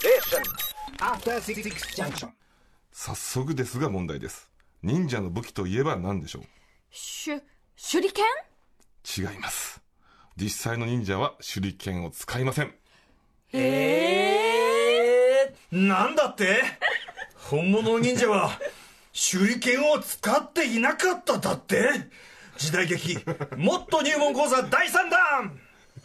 After Six Junction。 早速ですが問題です。忍者の武器といえば何でしょう？ 手裏剣？ 違います。実際の忍者は手裏剣を使いません。 なんだって？本物の忍者は手裏剣を使っていなかっただって？時代劇もっと入門講座第3弾。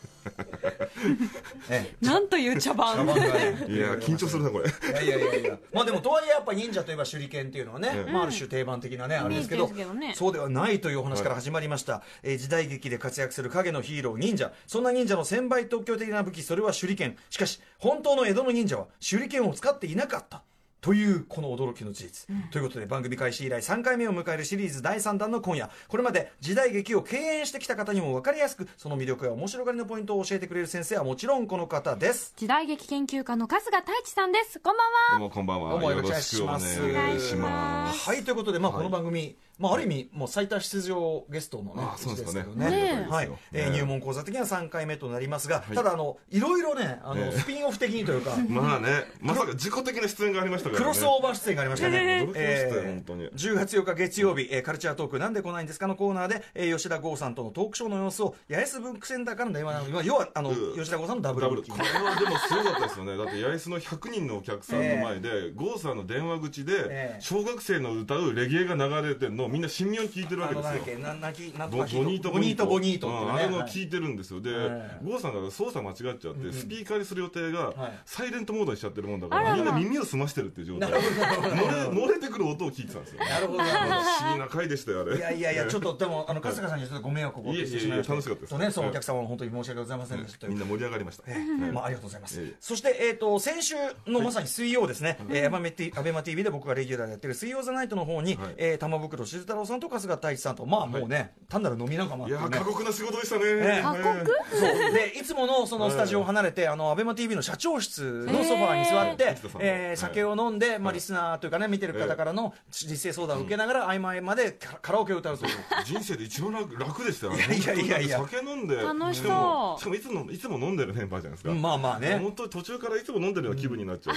なんという茶番。 いや緊張するなこれ。 いやまあでもとはいえやっぱ忍者といえば手裏剣っていうのはね、まあある種定番的なねあれですけど、そうではないというお話から始まりました。時代劇で活躍する影のヒーロー忍者、そんな忍者の1000倍特許的な武器、それは手裏剣。しかし本当の江戸の忍者は手裏剣を使っていなかったというこの驚きの事実、ということで番組開始以来3回目を迎えるシリーズ第3弾の今夜、これまで時代劇を敬遠してきた方にも分かりやすくその魅力や面白がりのポイントを教えてくれる先生はもちろんこの方です。 時代劇研究家の春日太一さんです。こんばんは。 どうもこんばんは。 どうもよろしくお願いします。 はいということで、まあ、この番組、まあ、ある意味もう最多出場ゲストのね、 そうですかね。 はい、入門講座的には3回目となりますが、ただいろいろねスピンオフ的にというか、 まあね、まさか自己的な出演がありましたからね。 クロスオーバー出演がありましたね。 驚きましたよ本当に。 10月4日月曜日、カルチャートークなんで来ないんですかのコーナーで、吉田剛さんとのトークショーの様子を八重洲文化センターからの電話の要は吉田剛さんのダブルブッキング。 これはでもすごかったですよね。だって八重洲の100人のお客さんの前で、郷さんの電話口で小学生の歌うレゲエが流れてるのをみんな神妙に聞いてるわけですよ。ボニートあれの聞いてるんですよ。で郷さんが操作間違っちゃってスピーカーにする予定がサイレントモードにしちゃってるもんだからみんな耳を澄ましてるっていう状態で漏れてくる音を聞いてたんですよ。 なるほど。 不思議な回でしたよあれ。 いやちょっとでも春日さんにちょっとご迷惑をおかけしてしまいました。 楽しかったですとね、そのお客様は本当に申し訳ございませんでした。 みんな盛り上がりました。 まあありがとうございます。そして先週のまさに水曜ですね、アベマ TV で僕がレギュラーでやってる水曜ザナイトの方に玉袋静太郎さんと春日太一さんと、まあもうね単なる飲み仲間っていうね。 いや過酷な仕事でしたね。 過酷？ そうでいつものそのスタジオを離れてアベマ TV の社長室のソファーに座って酒を飲んで、まあリスナーというかね見てる方からの実勢相談を受けながら合間合間でカラオケを歌うという。 人生で一番楽でしたよね。 いや酒飲んで楽しそう。 しかもいつも飲んでるメンバーじゃないですか。 まあね、 本当に途中からいつも飲んでるような気分になっちゃって、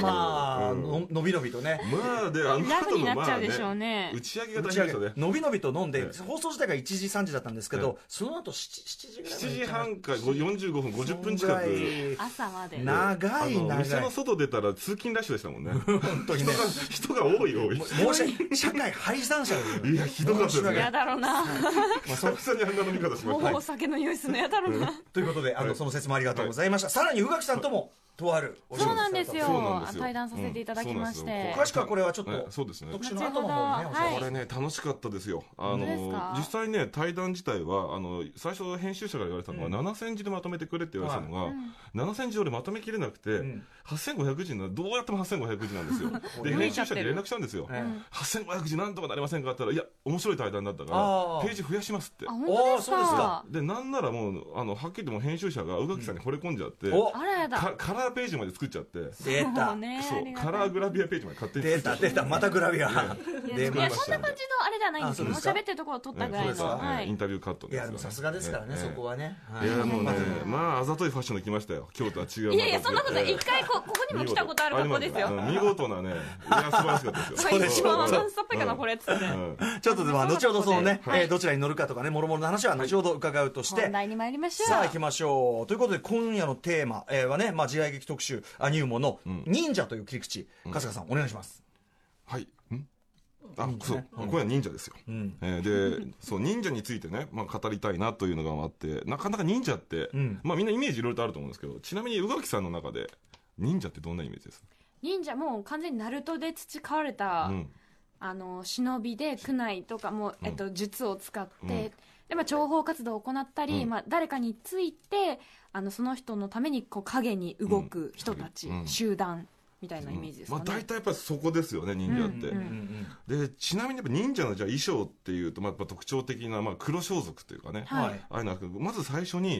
まあのびのびとね、 まあで後のまあね打ち上げが大変でしたね。 のびのびと飲んで放送自体が1時3時だったんですけど、その後7時ぐらい、 7時半か45分50分近く朝まで長い店の外出たら通勤ラッシュでしたもんね。 本当にね人が多い社会敗惨者いやひどかったですね。 やだろうな。 久々にあんな飲み方しました。 お酒の匂いするのやだろうな。 ということでその説もありがとうございました。さらに宇垣さんともとあるそうなんですよ。対談させていただきまして、 詳しくはこれはちょっと特集の後の方にね、 これね楽しかったですよ。実際ね対談自体は最初編集者が言われたのは7000字でまとめてくれって言われたのが7000字俺まとめきれなくて8500字どうやっても8500字なんですよ。で編集者に連絡したんですよ。8500字なんとかなりませんかって言ったら、いや面白い対談だったからページ増やしますって。 あ、本当ですか。 でなんならもうはっきりとも編集者が宇垣さんに惚れ込んじゃってカラーページまで作っちゃって、 出たそうカラーグラビアページまで勝手に出たまたグラビア。 いやそんな感じのあれではないんですよ。喋ってるところを撮ったぐらいのインタビューカットです。 いやでもさすがですからねそこはね。 いやもうねまああざといファッションで来ましたよ。今日とは違う。 いやそんなこと一回ここにも来たことある格好ですよ。 見事なね、いや素晴らしかったですよ。 そうでしょ。ノンストップかなこれっつって。 ちょっとでは後ほどそのねどちらに乗るかとかね、もろもろの話は後ほど伺うとして、 本題に参りましょう。 さあ行きましょう。ということで今夜のテーマはね、時代劇特集入門の忍者という切り口、春日さんお願いします。 はい。そう今夜忍者ですよ。でそう忍者についてね語りたいなというのがあって、なかなか忍者ってみんなイメージいろいろとあると思うんですけど、ちなみに宇垣さんの中で忍者ってどんなイメージです？ 忍者もう完全にナルトで培われた忍びで宮内とかも術を使ってで諜報活動を行ったり誰かについてその人のために影に動く人たち集団みたいなイメージですかね。 大体やっぱりそこですよね忍者って。でちなみにやっぱ忍者のじゃあ衣装っていうとやっぱ特徴的な黒装束というかね、ああいうのはまず最初に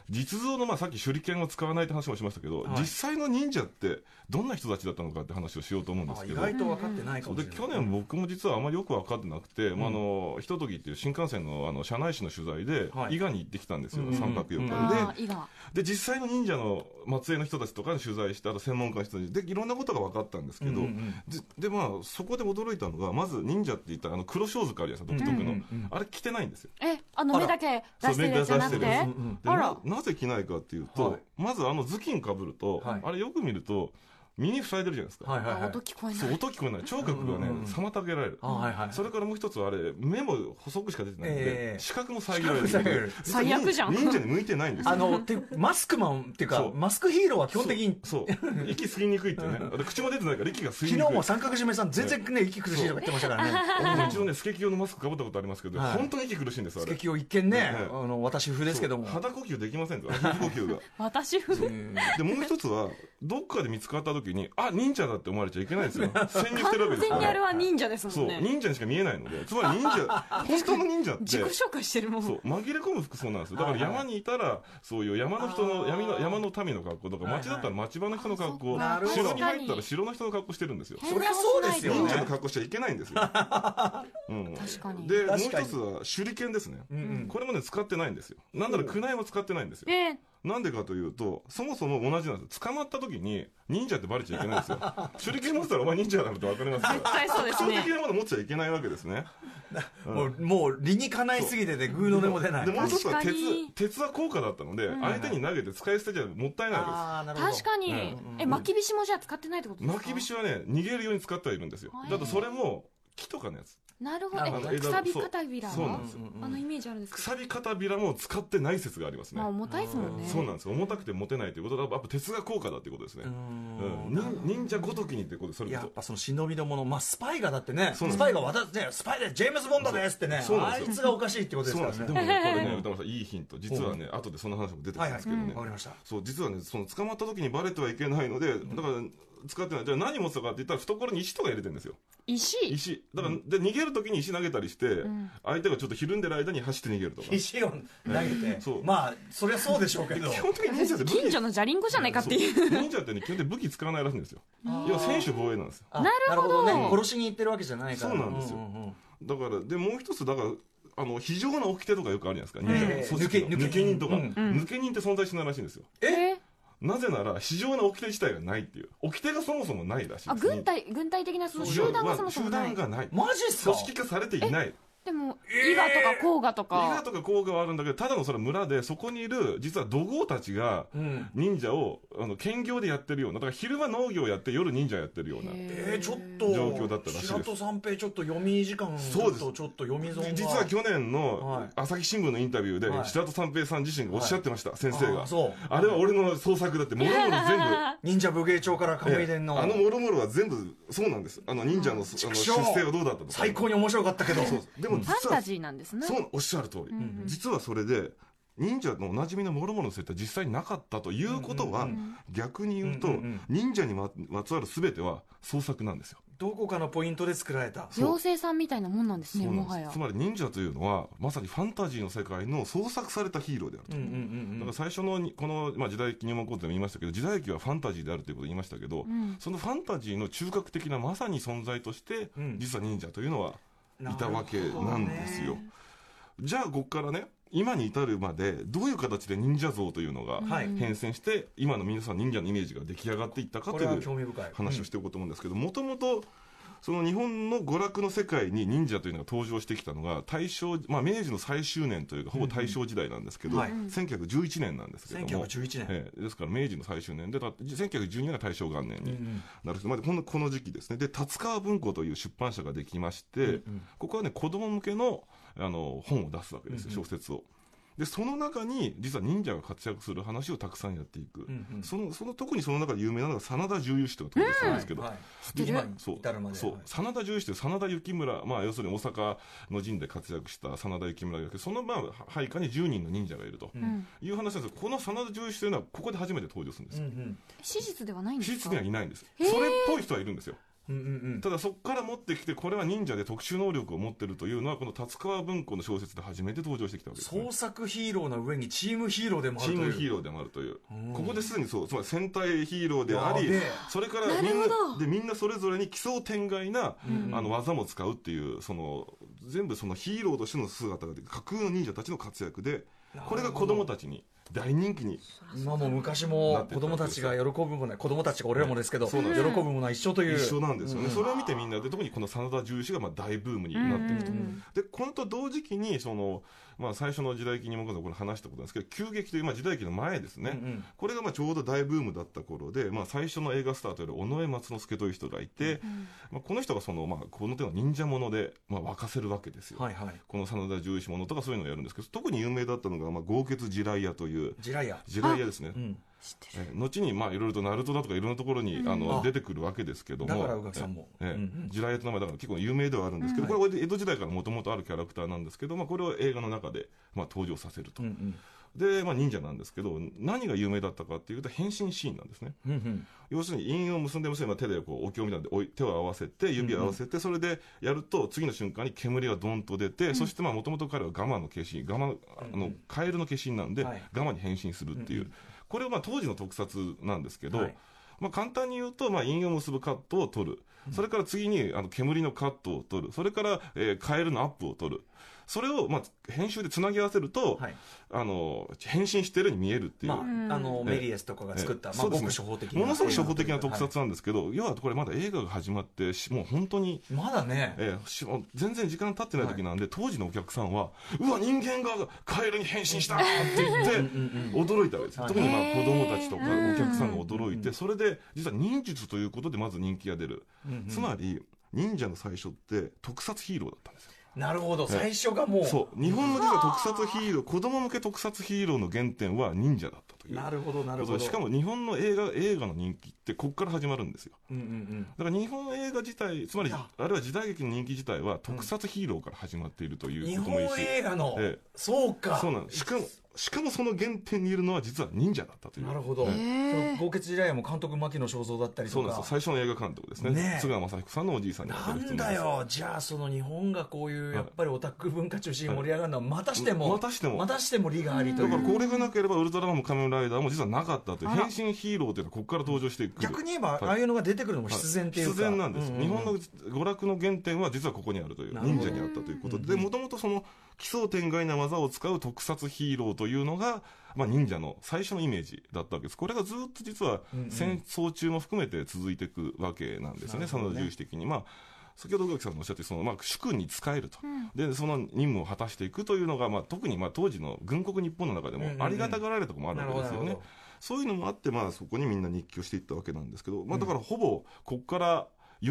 実像のさっき手裏剣を使わないって話もしましたけど、実際の忍者ってどんな人たちだったのかって話をしようと思うんですけど、 意外と分かってないかもしれない。 で去年僕も実はあまりよく分かってなくて、ひとときっていう新幹線の車内市の取材で伊賀に行ってきたんですよ、3泊4日で。実際の忍者の末裔の人たちとかに取材して、あと専門家の人たちでいろんなことが分かったんですけど、でそこで驚いたのが、まず忍者って言ったら黒装束あるやつ、独特の、あれ着てないんですよ。 目だけ出してるやつじゃなくて、 なぜ着ないかっていうと、まず頭巾かぶると、あれよく見ると耳塞いでるじゃないですか。 音聞こえない。 そう、音聞こえない。聴覚がね、妨げられる。それからもう一つはあれ、目も細くしか出てないので、視覚も遮られる。 最悪じゃん。 忍者に向いてないんですよ。 マスクマンっていうか、マスクヒーローは基本的に。 そう。息吸いにくいってね。口も出てないから息が吸いにくい。 昨日も三角締めさん、全然ね、息苦しいとか言ってましたからね。 僕も一度ね、スケキヨのマスクかぶったことありますけど、本当に息苦しいんです、あれ。 スケキヨ一見ね、私風ですけども。 肌呼吸できませんか、皮膚呼吸が。 私風で、もう一つは、どっかで見つかった時に、あ、忍者だって思われちゃいけないんですよ。潜入してるわけですよ。 完全にあれは忍者ですもんね。 そう、忍者にしか見えないので、つまり忍者、本当の忍者って自己紹介してるもん。 そう、紛れ込む服装なんですよ。だから山にいたらそういう山の人の山の民の格好とか、町だったら町場の人の格好、城に入ったら城の人の格好してるんですよ。 そりゃそうですよね。 忍者の格好しちゃいけないんですよ。確かに。 で、もう一つは手裏剣ですね。これもね使ってないんですよ。なんだろう、宮内も使ってないんですよ。なんでかというと、そもそも同じなんです。捕まった時に忍者ってバレちゃいけないんですよ。手裏剣持ってたらお前忍者だなって分かりますから。 絶対そうですね。 特徴的なもの持っちゃいけないわけですね。 もう理にかないすぎててグーの音も出ない。 でもう一つは鉄は高価だったので、相手に投げて使い捨てじゃもったいないわけです。確かに。巻き菱もじゃあ使ってないってことですか？ 巻き菱はね、逃げるように使ってはいるんですよ。だとそれも木とかのやつ。 なるほど。くさび肩びら。 そうなんですよ。 イメージあるんですけど。 くさび肩びらも使ってない説がありますね。 重たいですもんね。 そうなんですよ。重たくて持てないということは、やっぱ鉄が高価だっていうことですね。忍者ごときにってことそれやっぱその忍びのもの、スパイがだってね、スパイがスパイでジェームズ・ボンドですってね、あいつがおかしいってことですからね。 でもね、これね、歌丸さんいいヒント。実はね、後でその話も出てくるんですけどね。 わかりました。 そう、実はね、その捕まった時にバレてはいけないので、だから使ってない。じゃあ何持つかって言ったら懐に石とか入れてるんですよ。石。だから、で、逃げる時に石投げたりして、相手がちょっとひるんでる間に走って逃げるとか。 石を投げて。まあ、そりゃそうでしょうけど。 基本的に忍者って近所のじゃりんこじゃないかっていう。 忍者ってね、基本的に武器使わないらしいんですよ。要は専守防衛なんですよ。 なるほどね。 殺しに行ってるわけじゃないから。 そうなんですよ。だから、で、もう一つ、だから、非常な掟とかよくあるじゃないですか。抜け人とか。抜け人って存在しないらしいんですよ。なぜなら、非常な掟自体がないっていう。掟がそもそもないらしいです。 軍隊的なその集団がそもそもない。 集団がない。 マジっすか？ 組織化されていない。 でも、伊賀とか甲賀とか。 伊賀とか甲賀はあるんだけど、ただのそれ村で、そこにいる、実は土豪たちが、忍者を、兼業でやってるような、だから昼間農業やって、夜忍者やってるような、 ちょっと、 状況だったらしいです。 白戸三平、ちょっと読み時間そうです。 ちょっと読み損が。 実は去年の朝日新聞のインタビューで、白戸三平さん自身がおっしゃってました、先生が。あれは俺の創作だって、もろもろ全部。 忍者武芸帳から亀井伝の。 もろもろは全部、そうなんです。忍者の出世はどうだったとか。 最高に面白かったけど。 でも実は、ファンタジーなんですね。 そう、おっしゃる通り。実はそれで、忍者のおなじみのもろもろの設定は実際になかったということは、逆に言うと、忍者にまつわる全ては創作なんですよ。 どこかのポイントで作られた妖精さんみたいなもんなんですね、もはや。 つまり忍者というのはまさにファンタジーの世界の創作されたヒーローであると。だから最初のこの、時代劇入門講座でも言いましたけど、時代劇はファンタジーであるということを言いましたけど、そのファンタジーの中核的なまさに存在として、実は忍者というのはいたわけなんですよ。じゃあここからね、今に至るまでどういう形で忍者像というのが変遷して、今の皆さん忍者のイメージが出来上がっていったかという話をしていこうと思うんですけど、もともとその日本の娯楽の世界に忍者というのが登場してきたのが大正、明治の最終年というかほぼ大正時代なんですけど、1911年なんですけども、ですから明治の最終年で1912年が大正元年になるんですけど、この時期ですね。で、達川文庫という出版社ができまして、ここはね、子供向けの本を出すわけですよ、小説を。で、その中に実は忍者が活躍する話をたくさんやっていく。特にその中で有名なのが真田重義というのが登場するんですけど、そう真田重義という真田幸村、要するに大阪の陣で活躍した真田幸村がいるけど、その配下に10人の忍者がいるという話なんですけど、この真田重義というのはここで初めて登場するんですよ。 史実ではないんですか？ 史実にはいないんです。それっぽい人はいるんですよ。 ただそこから持ってきて、これは忍者で特殊能力を持ってるというのは、この達川文庫の小説で初めて登場してきたわけですね。 創作ヒーローの上にチームヒーローでもあるという。 チームヒーローでもあるという。ここですでにそう、つまり戦隊ヒーローであり、それからみんなそれぞれに奇想天外な、技も使うっていう、全部そのヒーローとしての姿が、架空の忍者たちの活躍で、これが子供たちに大人気に。 今も昔も子供たちが喜ぶものは、子供たちが俺らもですけど、喜ぶものは一緒という。 一緒なんですよね。それを見てみんなで、特にこの真田重視が大ブームになっていると。で、このと同時期に、最初の時代劇にもこれ話したことなんですけど、急激という、時代劇の前ですね。これがちょうど大ブームだった頃で、最初の映画スタートより尾上松之助という人がいて、この人がこの手の忍者もので、沸かせるわけですよ。この真田重視ものとかそういうのをやるんですけど、特に有名だったのが、豪傑地雷屋という。地雷屋ですね。後にいろいろとナルトだとかいろんなところに出てくるわけですけども、 だから宇垣さんも地雷屋と名前だから結構有名ではあるんですけど、これは江戸時代からもともとあるキャラクターなんですけど、これを映画の中で登場させると。で、忍者なんですけど、何が有名だったかっていうと変身シーンなんですね。要するに印を結んで手でお経みたいなで手を合わせて指を合わせて、それでやると次の瞬間に煙がドンと出て、そしてもともと彼はガマの化身、カエルの化身なんでガマに変身するっていう、これは当時の特撮なんですけど、簡単に言うと、印を結ぶカットを取る。それから次に煙のカットを取る。それからカエルのアップを取る。それを編集でつなぎ合わせると、変身してるように見えるっていう。 メリエスとかが作った、ごく初歩的な。 ものすごく初歩的な特撮なんですけど、要はこれまだ映画が始まって、もう本当に。 まだね。 全然時間経ってない時なんで、当時のお客さんは、うわ、人間がカエルに変身したって言って、驚いたわけです。特に子供たちとかお客さんが驚いて、それで、実は忍術ということでまず人気が出る。つまり、忍者の最初って特撮ヒーローだったんですよ。 なるほど、最初がもう。 そう。日本の実は特撮ヒーロー、子供向け特撮ヒーローの原点は忍者だったという。 なるほど、なるほど。 しかも日本の映画の人気ってここから始まるんですよ。だから日本映画自体、つまり、あるいは時代劇の人気自体は特撮ヒーローから始まっているということもいいし。 日本映画の、そうか。 そうなんです。しかもその原点にいるのは実は忍者だったという。 なるほど。豪傑時代も監督牧野正蔵だったりとか。 そうなんです。最初の映画監督ですね。津川雅彦さんのおじいさんに当たる人なんだよ。じゃあその日本がこういうやっぱりオタク文化中心に盛り上がるのはまたしても利がありという。 だからこれがなければウルトラマンも仮面ライダーも実はなかったという。変身ヒーローというのはここから登場していく。 逆に言えばああいうのが出てくるのも必然っていうか。 必然なんです。日本の娯楽の原点は実はここにあるという。忍者にあったということで、もともとその奇想天外な技を使う特撮ヒーローというのが、忍者の最初のイメージだったわけです。これがずっと実は戦争中も含めて続いていくわけなんですよね、真田重視的に。先ほど宇垣さんがおっしゃって主君に仕えると、でその任務を果たしていくというのが、特に当時の軍国日本の中でもありがたがられるところもあるわけですよね。そういうのもあって、そこにみんな日記をしていったわけなんですけど、だからほぼここから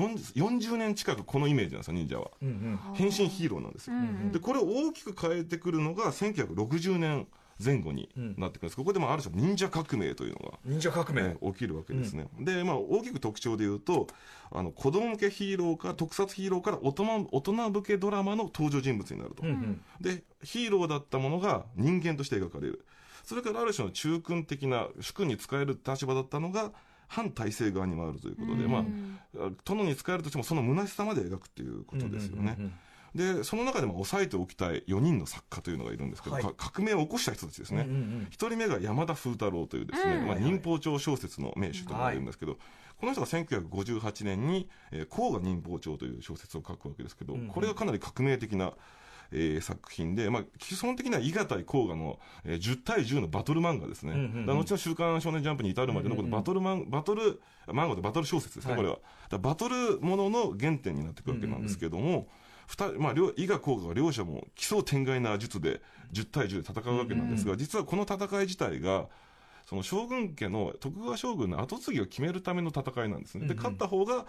40年近くこのイメージなんですよ、忍者は。変身ヒーローなんですよ。でこれを大きく変えてくるのが1960年前後になってくるんです。ここでもある種忍者革命というのが起きるわけですね。で、大きく特徴で言うと、子供向けヒーローから特撮ヒーローから大人向けドラマの登場人物になると。で、ヒーローだったものが人間として描かれる。それからある種の中君的な主君に仕える立場だったのが反体制側に回るということで、殿に仕えるとしてもその虚しさまで描くということですよね。でその中でも押さえておきたい4人の作家というのがいるんですけど、革命を起こした人たちですね。1人目が山田風太郎というですね、忍法帳小説の名手というのがいるんですけど、この人が1958年に甲賀忍法帳という小説を書くわけですけど、これがかなり革命的な作品で、基本的には伊賀対甲賀の10対10のバトル漫画ですね。後の週刊少年ジャンプに至るまでのこのバトル漫画でバトル小説ですね、これは。バトルものの原点になってくるわけなんですけども、伊賀甲賀は両者も奇想天外な術で10対10で戦うわけなんですが、実はこの戦い自体がその将軍家の徳川将軍の後継ぎを決めるための戦いなんですね。で勝った方が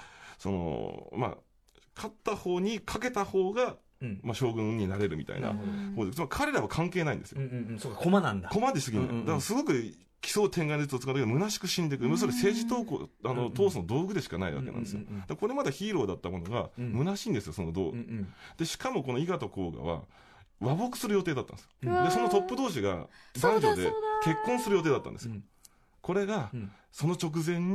勝った方にかけた方が将軍になれるみたいな。つまり彼らは関係ないんですよ。 そうか、駒なんだ。 駒で過ぎない。だからすごく奇想天外な術を使うだけで虚しく死んでいく。それ政治闘争の道具でしかないわけなんですよ。これまでヒーローだったものが虚しいんですよ、その道具。で、しかもこの伊賀と甲賀は和睦する予定だったんですよ。で、そのトップ同士が男女で結婚する予定だったんですよ。これが、その直前に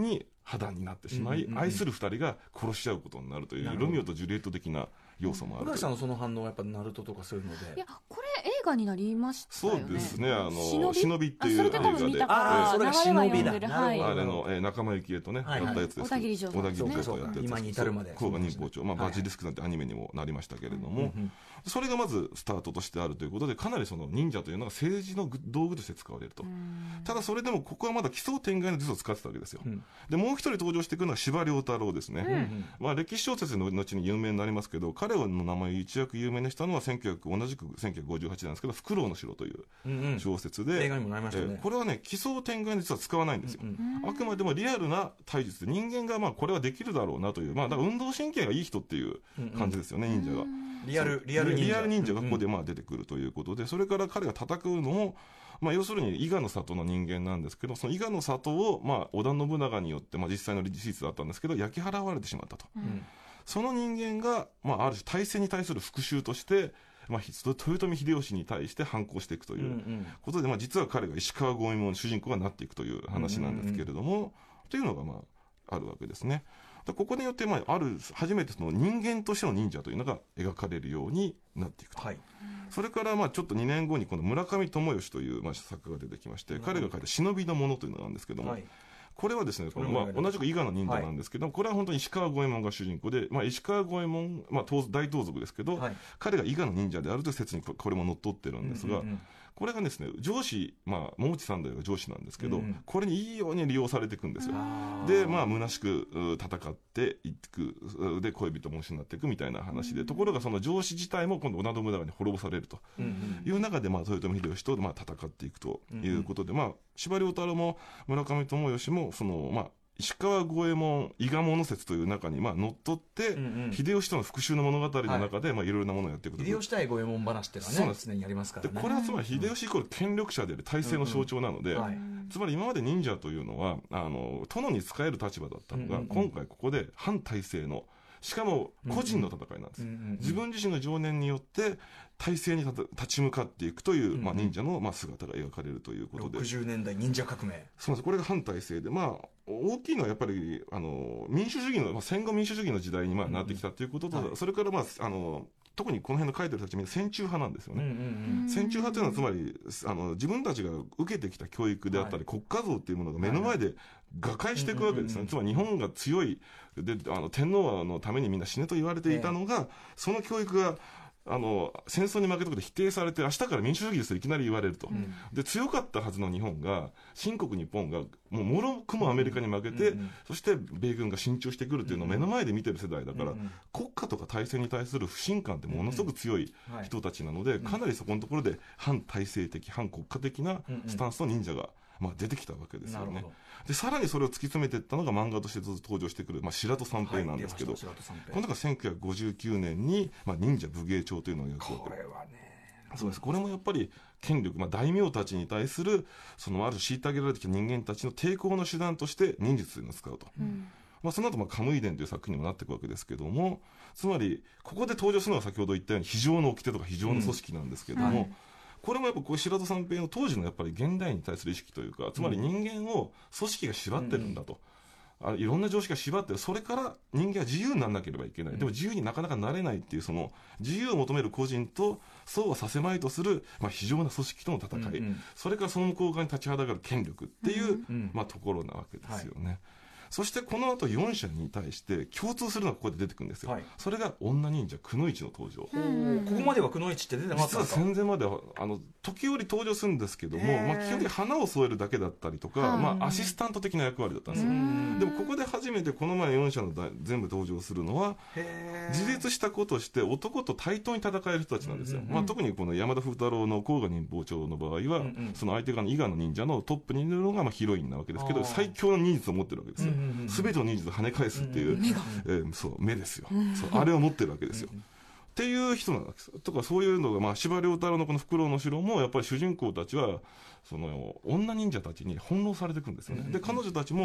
破談になってしまい、愛する2人が殺し合うことになるというロミオとジュリエット的な要素もある。 宇垣さんのその反応はやっぱナルトとかそういうので。 いやこれ映画になりましたよね。 そうですね、忍びっていう映画で、 それが忍びだ。 あれの仲間由紀恵とねやったやつです。 小田切城さんとやったやつ。 今に至るまで。 甲賀忍法帳、バジリスクなんてアニメにもなりましたけれども、それがまずスタートとしてあるということで、かなりその忍者というのが政治の道具として使われると。ただそれでもここはまだ奇想天外の術を使ってたわけですよ。でもう一人登場してくるのは司馬遼太郎ですね。歴史小説の後に有名になりますけど、彼の名前を一躍有名にしたのは同じく1958年なんですけど、フクロウの城という小説で、 映画にもなりましたね。 これはね奇想天外の術は使わないんですよ。あくまでもリアルな体術で、人間がこれはできるだろうなという、だから運動神経がいい人っていう感じですよね、忍者が。リアル忍者がここで出てくるということで、それから彼が戦うのを、要するに伊賀の里の人間なんですけど、その伊賀の里を、織田信長によって、実際の事実だったんですけど焼き払われてしまったと。その人間が、ある種体制に対する復讐として、豊臣秀吉に対して反抗していくということで、実は彼が石川五右衛門の主人公がなっていくという話なんですけれども、というのがあるわけですね。ここによって初めてその人間としての忍者というのが描かれるようになっていくと。それからちょっと2年後にこの村上智義という作家が出てきまして、彼が書いた忍びの者というのがあるんですけども、これはですね、同じく伊賀の忍者なんですけど、これは本当に石川五右衛門が主人公で、石川五右衛門、大盗賊ですけど、彼が伊賀の忍者であるという説にこれも乗っ取ってるんですが、これがですね、上司、桃地三代が上司なんですけど、これにいいように利用されていくんですよ。で、虚しく戦っていく、で、恋人も失っていくみたいな話で、ところがその上司自体も今度織田信長に滅ぼされるという中で、豊臣秀吉と戦っていくということで、司馬遼太郎も村上智義も、石川五右衛門伊賀物説という中に乗っ取って、秀吉との復讐の物語の中でいろいろなものをやっていくと。 秀吉対五右衛門話っていうのはね、常にやりますからね。 これはつまり秀吉イコール権力者である体制の象徴なので、つまり今まで忍者というのは殿に仕える立場だったのが、今回ここで反体制の、しかも個人の戦いなんです。自分自身の情念によって体制に立ち向かっていくという、忍者の姿が描かれるということで、 60年代忍者革命、 そうです。これが反体制で、大きいのはやっぱり民主主義の、戦後民主主義の時代になってきたということと、それから特にこの辺の書いてる人たちみんな戦中派なんですよね。戦中派というのはつまり自分たちが受けてきた教育であったり、国家像というものが目の前で瓦解していくわけですね。つまり日本が強いで天皇のためにみんな死ねと言われていたのが、その教育が戦争に負けたことで否定されて、明日から民主主義ですといきなり言われると。で、強かったはずの日本が、新国日本がもろくもアメリカに負けて、そして米軍が進駐してくるというのを目の前で見てる世代だから、国家とか体制に対する不信感ってものすごく強い人たちなので、かなりそこのところで反体制的、反国家的なスタンスの忍者が出てきたわけですよね。で、さらにそれを突き詰めていったのが漫画としてずっと登場してくる、白戸三平なんですけど、この中1959年に、忍者武芸帳というのをやってこれはね、 そうです。これもやっぱり権力、大名たちに対するある虐げられてきた人間たちの抵抗の手段として忍術というのを使うと。その後カムイ伝という作品にもなっていくわけですけども、つまりここで登場するのは先ほど言ったように非常の掟とか非常の組織なんですけども、これもやっぱ白戸三平の当時のやっぱり現代に対する意識というか、つまり人間を組織が縛ってるんだと。いろんな常識が縛ってる。それから人間は自由にならなければいけない。でも自由になかなかなれないっていう、その自由を求める個人とそうはさせまいとする、非常な組織との戦い、それからその向こう側に立ちはだかる権力っていう、ところなわけですよね。そしてこの後4社に対して共通するのがここで出てくるんですよ。それが女忍者くのいちの登場。 ここまではくのいちって出てますか？ 実は戦前までは時折登場するんですけども、基本的に花を添えるだけだったりとか、アシスタント的な役割だったんですよ。でもここで初めてこの前4社の全部登場するのは、自立した子として男と対等に戦える人たちなんですよ。特にこの山田風太郎の甲賀忍法帳の場合は、その相手側の伊賀の忍者のトップにいるのがヒロインなわけですけど、最強の忍術を持ってるわけですよ。全ての忍術を跳ね返すっていう、目ですよ。あれを持ってるわけですよ。っていう人なんです。とかそういうのが、司馬遼太郎のこのフクロウの城もやっぱり主人公たちはその女忍者たちに翻弄されていくんですよね。で彼女たちも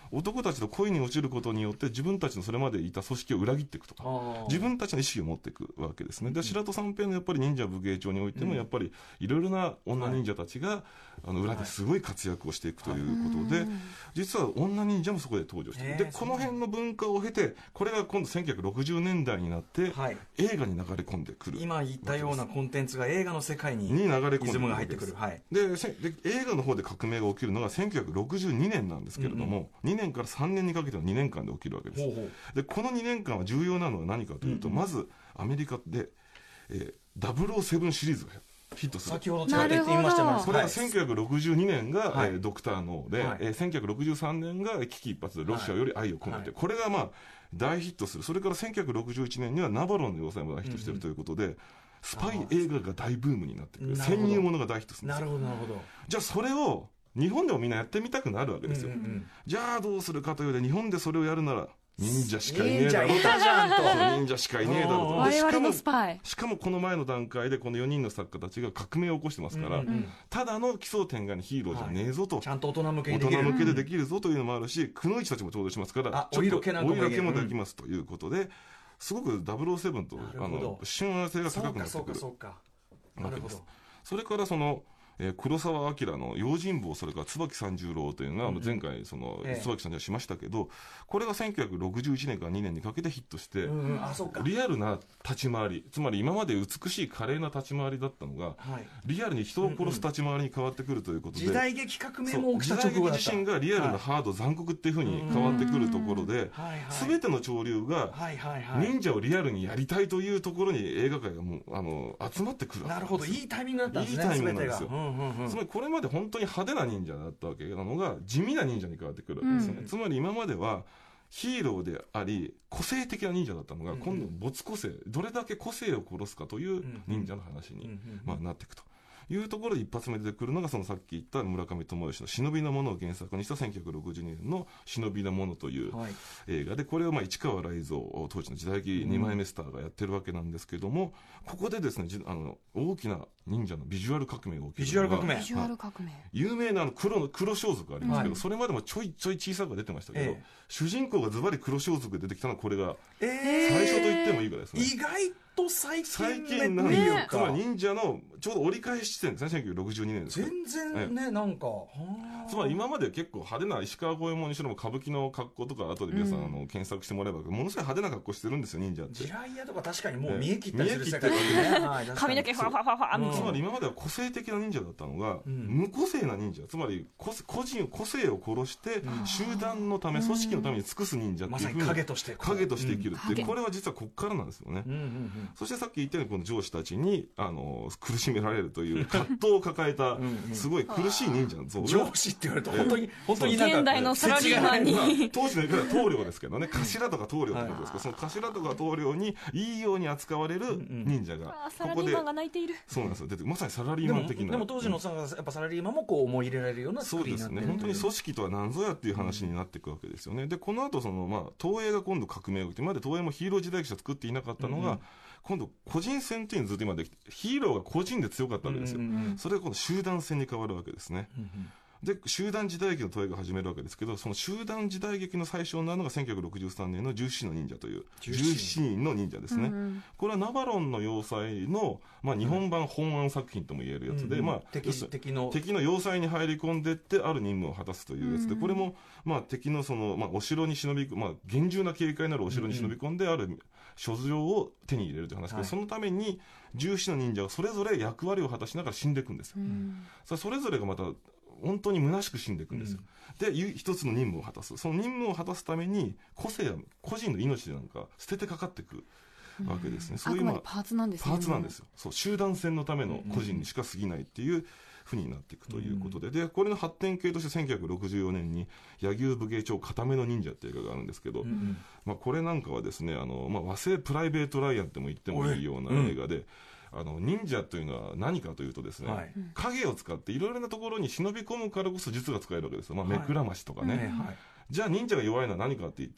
男たちと恋に落ちることによって自分たちのそれまでいた組織を裏切っていくとか、自分たちの意識を持っていくわけですね。で、白戸三平のやっぱり忍者武芸帳においても、やっぱりいろいろな女忍者たちが、裏ですごい活躍をしていくということで、実は女忍者もそこで登場している。で、この辺の文化を経て、これが今度1960年代になって、映画に流れ込んでくる。 今言ったようなコンテンツが映画の世界に流れ込んでリズムが入ってくる。 で、映画の方で革命が起きるのが1962年なんですけれども、2年から3年にかけての2年間で起きるわけです。で、この2年間は重要なのは何かというと、まずアメリカで、007シリーズがヒットする。 先ほどちらっと言ってみましたが、 これが1962年が、ドクターノーで、1963年が危機一髪でロシアより愛を込めて、これがまあ大ヒットする。それから1961年にはナバロンの要塞も大ヒットしているということで、スパイ映画が大ブームになってくる。潜入ものが大ヒットするんですよ。 なるほどなるほど。 じゃあそれを日本でもみんなやってみたくなるわけですよ。じゃあどうするかというと、日本でそれをやるなら忍者しかいねえだろうと。忍者しかいねえだろうと。 我々のスパイ。 しかもこの前の段階でこの4人の作家たちが革命を起こしてますから、ただの奇想天外のヒーローじゃねえぞと。 ちゃんと大人向けでできるぞというのもあるし、くのいちたちも登場しますから、 お色気もできますということで、すごく007と親和性が高くなってくるわけです。それからその黒澤明の用心棒、それから椿三十郎というのが前回椿さんにはしましたけど、これが1961年から2年にかけてヒットして、リアルな立ち回り、つまり今まで美しい華麗な立ち回りだったのが、リアルに人を殺す立ち回りに変わってくるということで、 時代劇革命も起きた直後だった。 時代劇自身がリアルなハード、残酷っていうふうに変わってくるところで、全ての潮流が忍者をリアルにやりたいというところに映画界がもう集まってくる。 なるほど、いいタイミングだったんですね。 いいタイミングなんですよ。つまりこれまで本当に派手な忍者だったわけなのが地味な忍者に変わってくるわけですよね。つまり今まではヒーローであり個性的な忍者だったのが、今度没個性、どれだけ個性を殺すかという忍者の話になっていくというところで、一発目出てくるのがそのさっき言った村上友義の忍びの者を原作にした1962年の忍びの者という映画で、これを市川雷蔵当時の時代劇2枚目スターがやってるわけなんですけども、ここでですね、大きな忍者のビジュアル革命が起きる。 ビジュアル革命。 有名な黒装束がありますけど、それまでもちょいちょい小さく出てましたけど、主人公がズバリ黒装束で出てきたのはこれが最初と言ってもいいぐらいですね。 意外と最近なんで、つまり忍者のちょうど折り返し地点ですね、1962年です。 全然ね、なんか。 つまり今まで結構派手な石川五右衛門にしろも歌舞伎の格好とか後で皆さん検索してもらえば、ものすごい派手な格好してるんですよ、忍者って。 地雷屋とか確かにもう見え切ったりする世界ですね。 髪の毛ファファファファ。 つまり今までは個性的な忍者だったのが、無個性な忍者、つまり個性を殺して集団のため、組織のために尽くす忍者っていうふうに影として生きるって、これは実はここからなんですよね。そしてさっき言ったようにこの上司たちに苦しめられるという葛藤を抱えたすごい苦しい忍者の像。 上司って言われると本当に現代のサラリーマンに当時の言い方は棟梁ですけどね、頭とか棟梁ってことですけど、その頭とか棟梁にいいように扱われる忍者がサラリーマンが泣いている。 そうなんですよ。まさにサラリーマン的な。 でも当時のやっぱサラリーマンもこう思い入れられるような作りになってる。 そうですね。本当に組織とは何ぞやっていう話になっていくわけですよね。でこの後東映が今度革命を起きて、まだ東映もヒーロー時代劇しか作っていなかったのが、今度個人戦っていうのずっと今できて、ヒーローが個人で強かったわけですよ。それが今度集団戦に変わるわけですね。で集団時代劇の東映が始めるわけですけど、その集団時代劇の最初になるのが1963年の17の忍者という17人の忍者ですね。これはナバロンの要塞の、日本版本案作品とも言えるやつで、敵の要塞に入り込んでいってある任務を果たすというやつで、これも、敵のお城に忍び、厳重な警戒のあるお城に忍び込んである書状を手に入れるという話ですけど、そのために17の忍者がそれぞれ役割を果たしながら死んでいくんですよ。それぞれがまた本当に虚しく死んでいくんですよ。で一つの任務を果たす、その任務を果たすために個人の命なんか捨ててかかっていくわけですね。 そういうパーツなんですね。 パーツなんですよ。そう、集団戦のための個人にしか過ぎないっていうふうになっていくということで、これの発展系として1964年に柳生武芸帳固めの忍者っていう映画があるんですけど、これなんかはですね、和製プライベートライアンっても言ってもいいような映画で、忍者というのは何かというとですね、影を使っていろいろなところに忍び込むからこそ術が使えるわけですよ。目くらましとかね。じゃあ忍者が弱いのは何かって言ったら、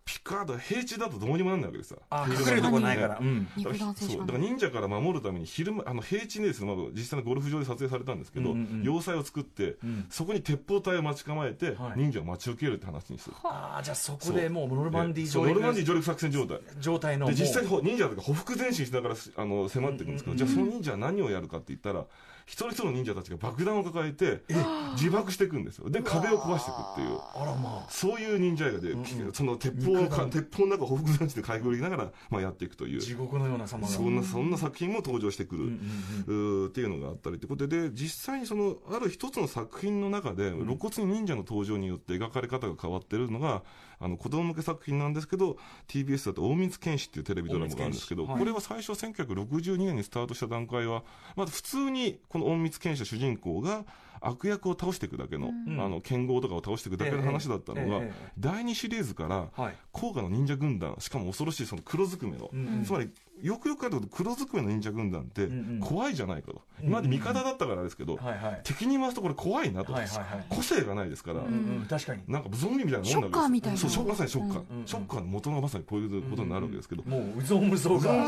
ピカードは平地だとどうにもなんないわけですよ。 隠れるとこないから。 だから忍者から守るために平地にですね、実際のゴルフ場で撮影されたんですけど、要塞を作って、そこに鉄砲隊を待ち構えて、忍者を待ち受けるって話にする。 じゃあそこでもうノルマンディー上陸作戦状態の。で、実際に忍者とかほふく前進しながら迫っていくんですけど、じゃあその忍者は何をやるかって言ったら、一人一人の忍者たちが爆弾を抱えて自爆していくんですよ。で壁を壊していくっていう、そういう忍者映画で、その鉄砲の中をほふく前進でかいくぐりながら、やっていくという地獄のような様がそんな作品も登場してくるっていうのがあったりということで、実際にそのある一つの作品の中で露骨に忍者の登場によって描かれ方が変わっているのが子供向け作品なんですけど、 TBS だと隠密剣士っていうテレビドラマがあるんですけど、これは最初1962年にスタートした段階はまず普通にこの隠密剣士主人公が悪役を倒していくだけの、剣豪とかを倒していくだけの話だったのが、第2シリーズから高価の忍者軍団、しかも恐ろしいその黒ずくめの、つまりよくよく考えると黒ずくめの忍者軍団って怖いじゃないかと、今まで味方だったからですけど、敵に回すとこれ怖いなと、個性がないですから、 確かになんかゾンビみたいなもんなんですよ。 ショッカーみたいな。 そう、まさにショッカー、ショッカーの元がまさにこういうことになるわけですけど、 もううぞうむぞうが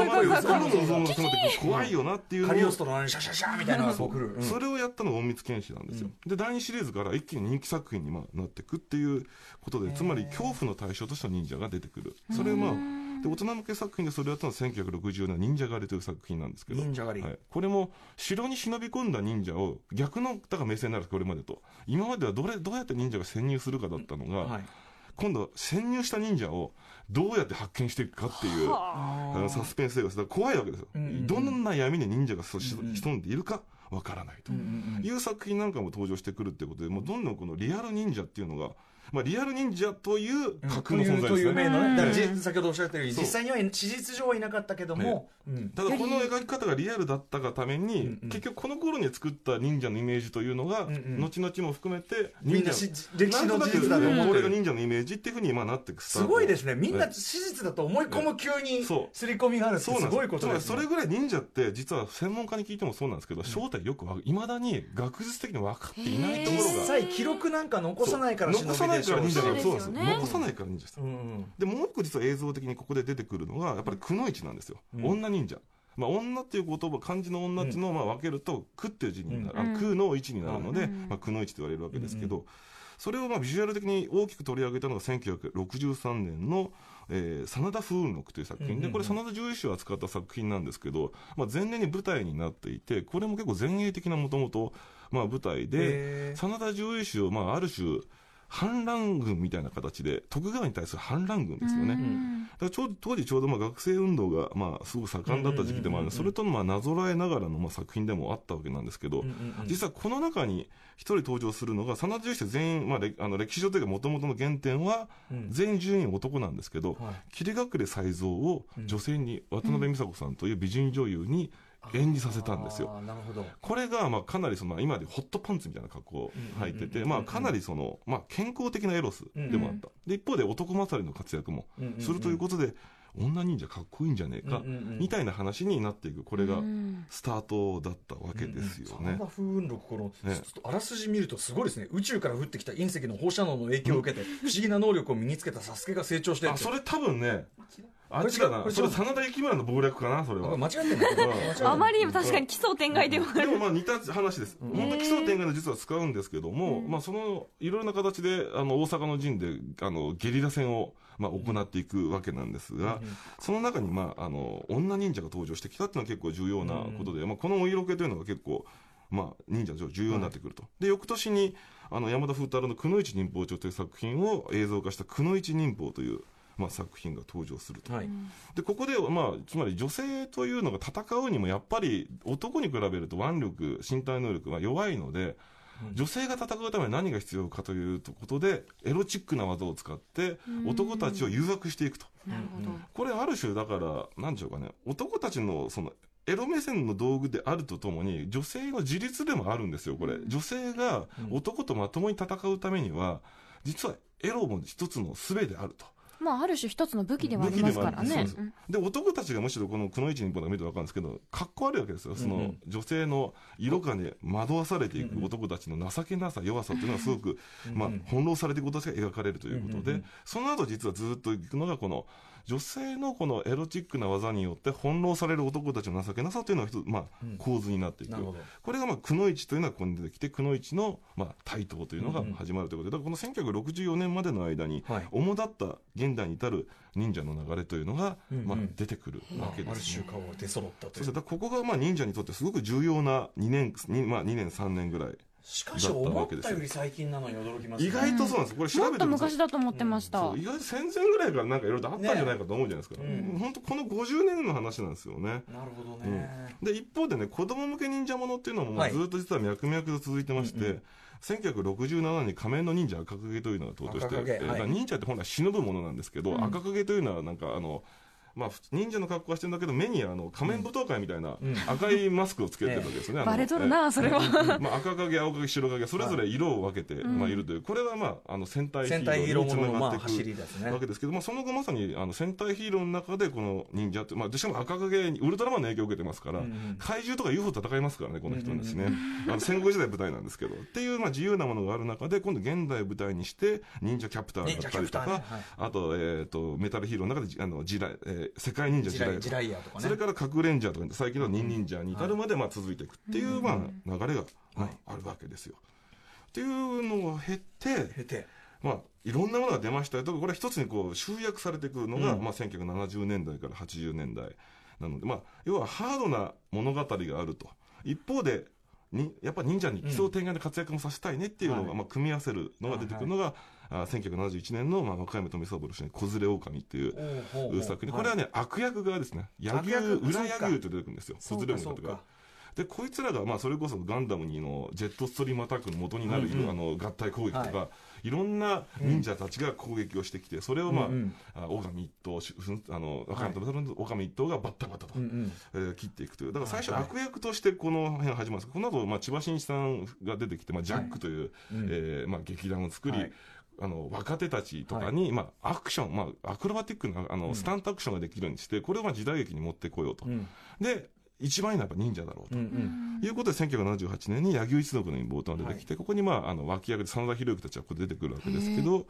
怖いよなっていうのをカリオストのシャシャシャみたいなのがこう来る、 それをやったのが隠密剣士なんですよ。で第2シリーズから一気に人気作品になっていくっていうことで、つまり恐怖の対象としての忍者が出てくる。それはで大人向け作品でそれをやったのは1960年忍者狩りという作品なんですけど、 忍者狩り、 これも城に忍び込んだ忍者を逆のだから目線になるんです。これまでと今まではどうやって忍者が潜入するかだったのが、今度は潜入した忍者をどうやって発見していくかっていうサスペンス映画です。だから怖いわけですよ。どんな闇に忍者が潜んでいるかわからないという作品なんかも登場してくるってことで、もうどんどんこのリアル忍者っていうのが、リアル忍者という架空の存在ですね。 だから先ほどおっしゃったように実際には史実上はいなかったけども、 ただこの描き方がリアルだったがために、結局この頃に作った忍者のイメージというのが、後々も含めてみんな歴史の事実だと思ってる、 これが忍者のイメージっていうふうになっていく。 すごいですね。みんな史実だと思い込む急に刷り込みがあるってすごいことですね。 それぐらい忍者って実は専門家に聞いてもそうなんですけど、正体よくいまだに学術的に分かっていないところが、 実際記録なんか残さないから忍びでしょう。 残さないから忍者です。でもう一個実は映像的にここで出てくるのがやっぱりくのいちなんですよ。女忍者。女っていう言葉、漢字の女っていうのを分けるとくっていう字になる、くの一になるのでくのいちと言われるわけですけど、それをビジュアル的に大きく取り上げたのが1963年の真田風雲録という作品で、これ真田十一種を扱った作品なんですけど、前年に舞台になっていて、これも結構前衛的なもともと舞台で、真田十一種をある種反乱軍みたいな形で、徳川に対する反乱軍ですよね。だから当時ちょうど学生運動がすごく盛んだった時期でもあるので、それとのなぞらえながらの作品でもあったわけなんですけど、実はこの中に一人登場するのが、真田十一全員、歴史上というか元々の原点は全員10人男なんですけど、霧隠れ才蔵を女性に渡辺美佐子さんという美人女優に演じさせたんですよ。 なるほど。 これがかなり今でホットパンツみたいな格好を履いてて、かなり健康的なエロスでもあった。で一方で男勝りの活躍もするということで、女忍者かっこいいんじゃねえかみたいな話になっていく、これがスタートだったわけですよね。 真田風雲録、このあらすじ見るとすごいですね。宇宙から降ってきた隕石の放射能の影響を受けて不思議な能力を身につけたサスケが成長してそれ多分ね、あっちかな、それ真田幸村の謀略かな、それは。 間違ってない。 あまりにも確かに奇想天外ではある。 でも似た話です。本当に奇想天外の実は使うんですけども、そのいろいろな形で大阪の陣でゲリラ戦を行っていくわけなんですが、その中に女忍者が登場してきたっていうのは結構重要なことで、このお色気というのが結構忍者の重要になってくると。で翌年に山田風太郎のくのいち忍法帳という作品を映像化したくのいち忍法という作品が登場すると。でここでつまり女性というのが戦うにもやっぱり男に比べると腕力身体能力が弱いので、女性が戦うために何が必要かということでエロチックな技を使って男たちを誘惑していくと。これある種だから何でしょうかね、男たちのエロ目線の道具であるとともに女性の自立でもあるんですよ。これ女性が男とまともに戦うためには実はエロも一つの術であると。 まあある種一つの武器ではありますからね。 で男たちがむしろこのくのいちに見て分かるんですけど、かっこ悪いわけですよ。その女性の色化に惑わされていく男たちの情けなさ、弱さっていうのがすごくまあ翻弄されていくことが描かれるということで、その後実はずっといくのがこの女性のこのエロチックな技によって翻弄される男たちの情けなさというのが一つ、まあ、構図になっていく。これがまあくのいちというのはここに出てきて、くのいちのまあ台頭というのが始まるということで、だからこの1964年までの間に主だった現代に至る忍者の流れというのがまあ出てくるわけですね。 ある種顔が出揃ったという。 だからここがまあ忍者にとってすごく重要な2年3年ぐらい。 しかし思ったより最近なのに驚きますね。 意外とそうなんです。これ調べてもっと昔だと思ってました。 意外と戦前ぐらいからなんかいろいろあったんじゃないかと思うじゃないですか。本当この50年の話なんですよね。 なるほどね。 で一方でね、子供向け忍者ものっていうのもずっと実は脈々と続いてまして、1967年に仮面の忍者赤影というのが登場して、忍者って本来忍ぶものなんですけど、赤影というのはなんかまあ、忍者の格好はしてるんだけど、目に仮面舞踏会みたいな赤いマスクをつけてるわけですね。 バレとるな、それは。 まあ、赤影、青影、白影、それぞれ色を分けて、まあ、いるという、これはまあ、戦隊ヒーローにつながっていくわけですけど、まあ、その後まさに戦隊ヒーローの中でこの忍者って、まあ、しかも赤影にウルトラマンの影響を受けてますから、怪獣とか UFO と戦いますからね、この人ですね。戦国時代舞台なんですけど。っていう、まあ、自由なものがある中で、今度現代を舞台にして、忍者キャプターだったりとか、あと、メタルヒーローの中で、世界忍者ジライヤとかね、それから核レンジャーとか最近の忍者に至るまでまあ続いていくっていうまあ流れがあるわけですよ。っていうのを経て、まあいろんなものが出ましたけど、これは一つにこう集約されていくのがまあ1970年代から80年代なので、まあ要はハードな物語があると。一方でやっぱり忍者に奇想天外で活躍もさせたいねっていうのがまあ組み合わせるのが出てくるのが、1971年の若山富三郎主演小連れ狼っていう作品、これはね悪役側ですね。裏柳生と出てくるんですよ。小連れ狼とか。でこいつらがまあそれこそガンダムにのジェットストリームアタックの元になる合体攻撃とか、いろんな忍者たちが攻撃をしてきて、それをまあ狼一党若山富三郎の狼一党がバッタバタと切っていくという。だから最初悪役としてこの辺始まるんですけど、この後まあ千葉真一さんが出てきて、まあジャックというまあ劇団を作り、若手たちとかに、まあ、アクション、まあ、アクロバティックな、スタントアクションができるようにして、これをまあ時代劇に持ってこようと。で、一番いいのはやっぱ忍者だろうと。いうことで、1978年に柳生一族の陰謀というのが出てきて、ここにまあ、脇役で真田広之たちはここで出てくるわけですけど、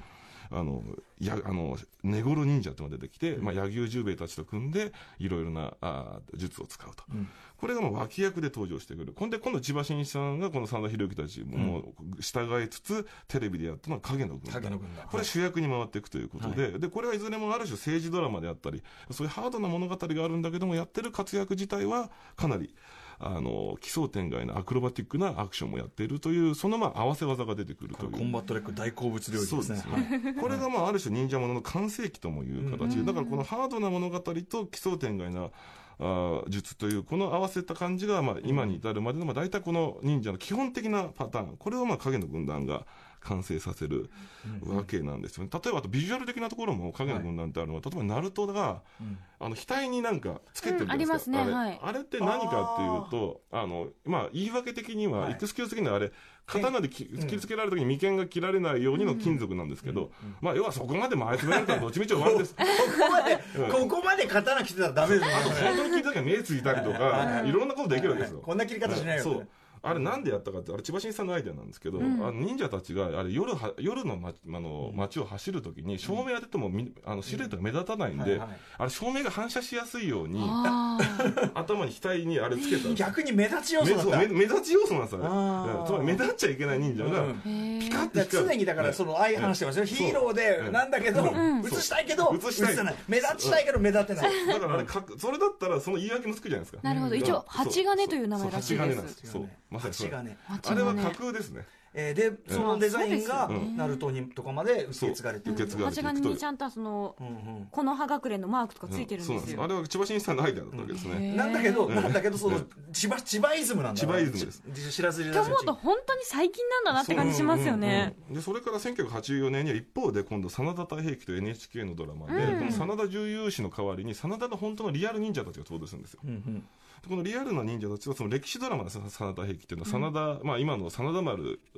根頃忍者というのが出てきて、まあ、柳生十兵衛たちと組んで、いろいろな術を使うと。これがまあ脇役で登場してくる。今度千葉真一さんがこの真田広之たちも従いつつ、テレビでやったのは影の軍団。これ主役に回っていくということで、で、これはいずれもある種政治ドラマであったり、そういうハードな物語があるんだけども、やってる活躍自体はかなり、奇想天外なアクロバティックなアクションもやっているという、そのまあ合わせ技が出てくるという。 コンバットレック大好物領域ですね。 そうですね。これがまあある種忍者ものの完成期ともいう形で、だからこのハードな物語と奇想天外な術というこの合わせた感じがまあ今に至るまでのまあ大体この忍者の基本的なパターン、これをまあ影の軍団が完成させるわけなんですよね。例えばあとビジュアル的なところも影の軍団ってあるのは、例えばナルトが額になんかつけてるじゃないですか。あれって何かっていうと、まあ言い訳的にはエクスキューズ的にはあれ刀で切りつけられるときに眉間が切られないようにの金属なんですけど、まあ要はそこまで前詰められたらどっちみち終わりです。 ここまで刀切ってたらダメです。 本当に切りた時は目ついたりとか、いろんなことできるわけですよ。 こんな切り方しないよ。 そうあれなんでやったかって、あれ千葉真一さんのアイデアなんですけど、忍者たちがあれ夜の街を走るときに照明当ててもシルエットが目立たないんで、あれ照明が反射しやすいように頭に額にあれつけた。 逆に目立ち要素だった。 目立ち要素なんですよね。つまり目立っちゃいけない忍者がピカッて光る。 常にだからその相反してますよ。ヒーローでなんだけど映したいけど映せない。目立ちたいけど目立ってない。 だからあれそれだったらその言い訳もつくじゃないですか。 なるほど。一応八金という名前らしいです。 そう。まさにそう。あれは架空ですね。 でそのデザインがナルトにとかまで受け継がれている。 八金にちゃんとこの葉隠れのマークとかついてるんですよ。 あれは千葉真一さんのアイデアだったわけですね。 なんだけどその千葉イズムなんだ。 千葉イズムです。 知らずにと思うと本当に最近なんだなって感じしますよね。 でそれから1984年には一方で今度真田太平記という NHK のドラマで、この真田重勇士の代わりに真田の本当のリアル忍者たちが登場するんですよ。このリアルな忍者たちはその歴史ドラマです。真田太平記っていうのはまあ今の真田丸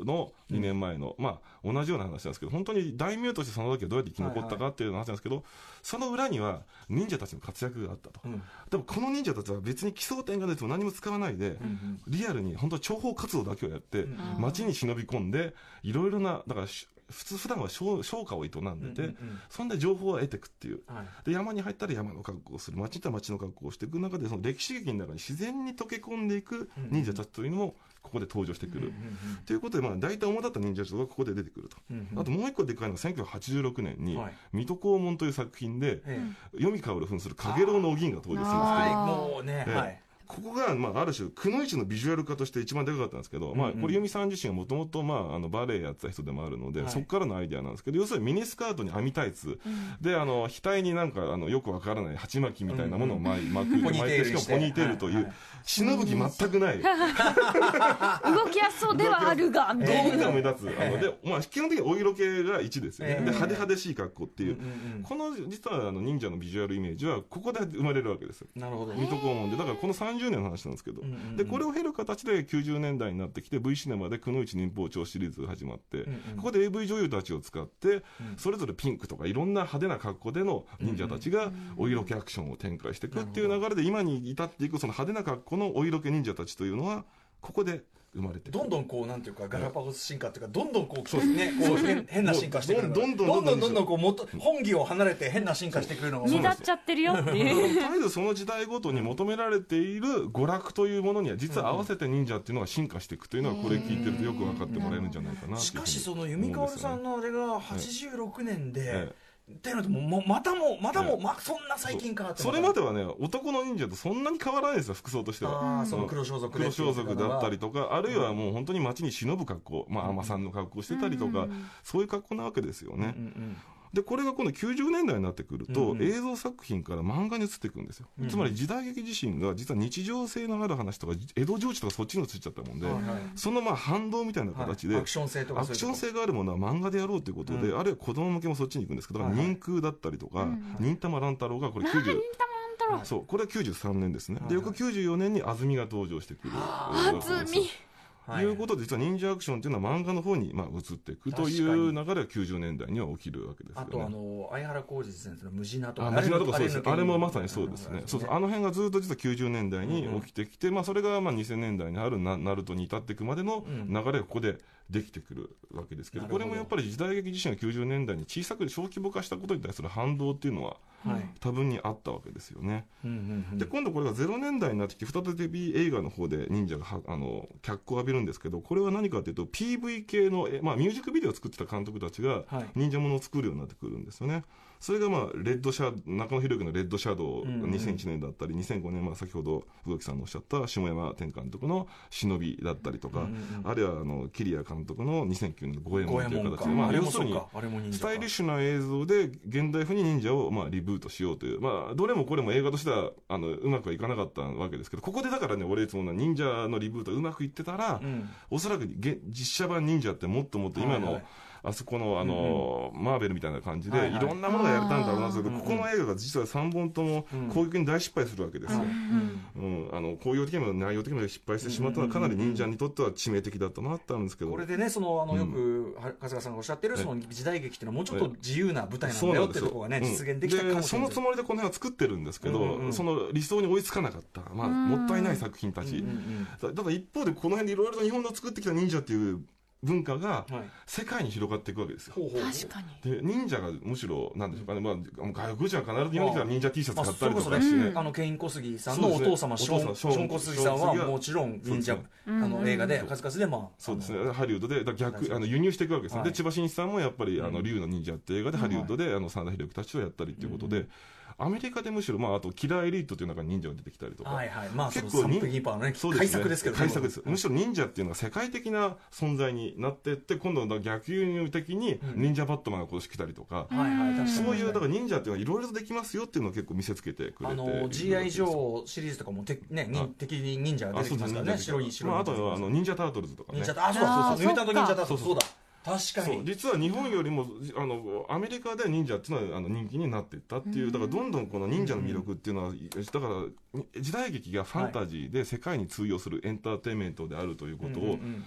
の2年前の、まあ、同じような話なんですけど、本当に大名として真田家がどうやって生き残ったかっていう話なんですけど、その裏には忍者たちの活躍があったと。でもこの忍者たちは別に奇想天外ですも何も使わないで、リアルに本当に諜報活動だけをやって、街に忍び込んで、いろいろな、だから普段は商家を営んでて、そんで情報を得ていくっていう、で山に入ったら山の格好をする、町に行ったら町の格好をしていく中で、その歴史劇の中に自然に溶け込んでいく忍者たちというのもここで登場してくるということで、まあ、大体主だった忍者たちがここで出てくると。あともう一個でかいのは1986年に水戸黄門という作品で、読み香る扮する陽炎のお銀が登場するんですけど、ここが、まあ、ある種、くのいちのビジュアル化として一番でかかったんですけど、まあ、これ、由美さん自身がもともと、まあ、バレエやってた人でもあるので、そこからのアイデアなんですけど、要するにミニスカートに網タイツ、で、額になんか、よくわからない鉢巻きみたいなものを巻いて、しかもポニーテールという、忍ぶ気全くない。 動きやすそうではあるが、 みたいな。どう見ても目立つ。で、まあ、基本的にお色気が1ですよね。で、派手しい格好っていう。この、実は、忍者のビジュアルイメージは、ここで生まれるわけですよ。 なるほど。 水戸黄門で、だからこの30年の話なんですけど、でこれを経る形で90年代になってきて V シネマでくのいち忍法帳シリーズが始まって、ここで AV 女優たちを使って、それぞれピンクとかいろんな派手な格好での忍者たちがお色気アクションを展開していくっていう流れで、今に至っていくその派手な格好のお色気忍者たちというのはここで生まれて、 どんどんこうなんていうかガラパゴス進化っていうか、どんどんこうね、こう変な進化してくる、どんどんこうもっと本義を離れて変な進化してくるのが煮立っちゃってるよっていう。 絶えずその時代ごとに求められている娯楽というものには実は合わせて忍者っていうのが進化していくというのは、これ聞いてるとよく分かってもらえるんじゃないかな。 しかしその由美かおるさんのあれが86年で、っていうのともまたもそんな最近かって、 それまではね、男の忍者とそんなに変わらないですよ、服装としては。 その黒装束だったりとか、あるいはもう本当に街に忍ぶ格好、まあ海女さんの格好してたりとか、そういう格好なわけですよね。でこれが今度90年代になってくると、映像作品から漫画に移っていくんですよ。つまり時代劇自身が実は日常性のある話とか江戸情緒とかそっちに移っちゃったもんで、そのまあ反動みたいな形で、 アクション性があるものは漫画でやろうということで、あるいは子供向けもそっちに行くんですけど、忍空だったりとか、忍たま乱太郎がこれそうこれは93年ですね。で翌94年に安住が登場してくる。 安住いうことで、実は忍者アクションというのは漫画の方にまあ移っていくという流れが90年代には起きるわけですよね。 あと相原浩二先生のムジナとか、 そうです。あれもまさにそうですね。あの辺がずっと実は90年代に起きてきて、まあそれがまあ2000年代にあるナルトに至っていくまでの流れがここでできてくるわけですけど、これもやっぱり時代劇自身が90年代に小さく小規模化したことに対する反動っていうのは多分にあったわけですよね。で今度これが0年代になってきて再び映画の方で忍者が脚光を浴びるんですけど、これは何かというと PV 系の、まあ、ミュージックビデオを作ってた監督たちが忍者ものを作るようになってくるんですよね。それがまあレッドシャ中野博之のレッドシャドウ2001年だったり、2005年、まあ先ほど宇垣さんのおっしゃった下山天監督の忍びだったりとか、あるいは桐谷監督の2009年の五右衛門という形で、まあ要するにスタイリッシュな映像で現代風に忍者をまあリブートしようという、まあどれもこれも映画としてはうまくはいかなかったわけですけど、ここでだからね、俺いつも忍者のリブートうまくいってたら、おそらく実写版忍者ってもっともっと今のあそこのマーベルみたいな感じでいろんなものがやれたんだろうなと、ここの映画が実は3本とも攻撃に大失敗するわけですよ。興行的にも内容的にも失敗してしまったのはかなり忍者にとっては致命的だったなってあるんですけど、 これでね、よく春日さんがおっしゃってるその時代劇っていうのはもうちょっと自由な舞台なんだよってところがね、実現できたかもしれない。 そのつもりでこの辺は作ってるんですけど、その理想に追いつかなかった、まあもったいない作品たち。ただ一方でこの辺でいろいろと日本の作ってきた忍者っていう文化が世界に広がっていくわけですよ。 確かに。 で忍者がむしろなんでしょうかね、まあ外国人は必ず日本に来たら忍者 T シャツ買ったりとかしてね、 ケイン小杉さんのお父様ショーン小杉さんはもちろん忍者映画で数々でまあそうですね、ハリウッドで逆輸入していくわけですね。で千葉真一さんもやっぱり竜の忍者って映画でハリウッドで真田広之たちとやったりっていうことで、アメリカでむしろ、まあ、あとキラーエリートという中に忍者が出てきたりとか、 結構改作ですけど、 改作です。むしろ忍者っていうのが世界的な存在になっていって、今度の逆輸入的に忍者バットマンが今年来たりとか、そういうだから忍者っていうのはいろいろとできますよっていうのを結構見せつけてくれて、 G.I. ジョーシリーズとかも敵に忍者が出てきますからね。白いあとは忍者タートルズとかね。 そうミュータント忍者タートルズ、そうだ。確かに。 実は日本よりもアメリカで忍者っていうのは人気になっていったっていう、だからどんどんこの忍者の魅力っていうのは、だから時代劇がファンタジーで世界に通用するエンターテインメントであるということを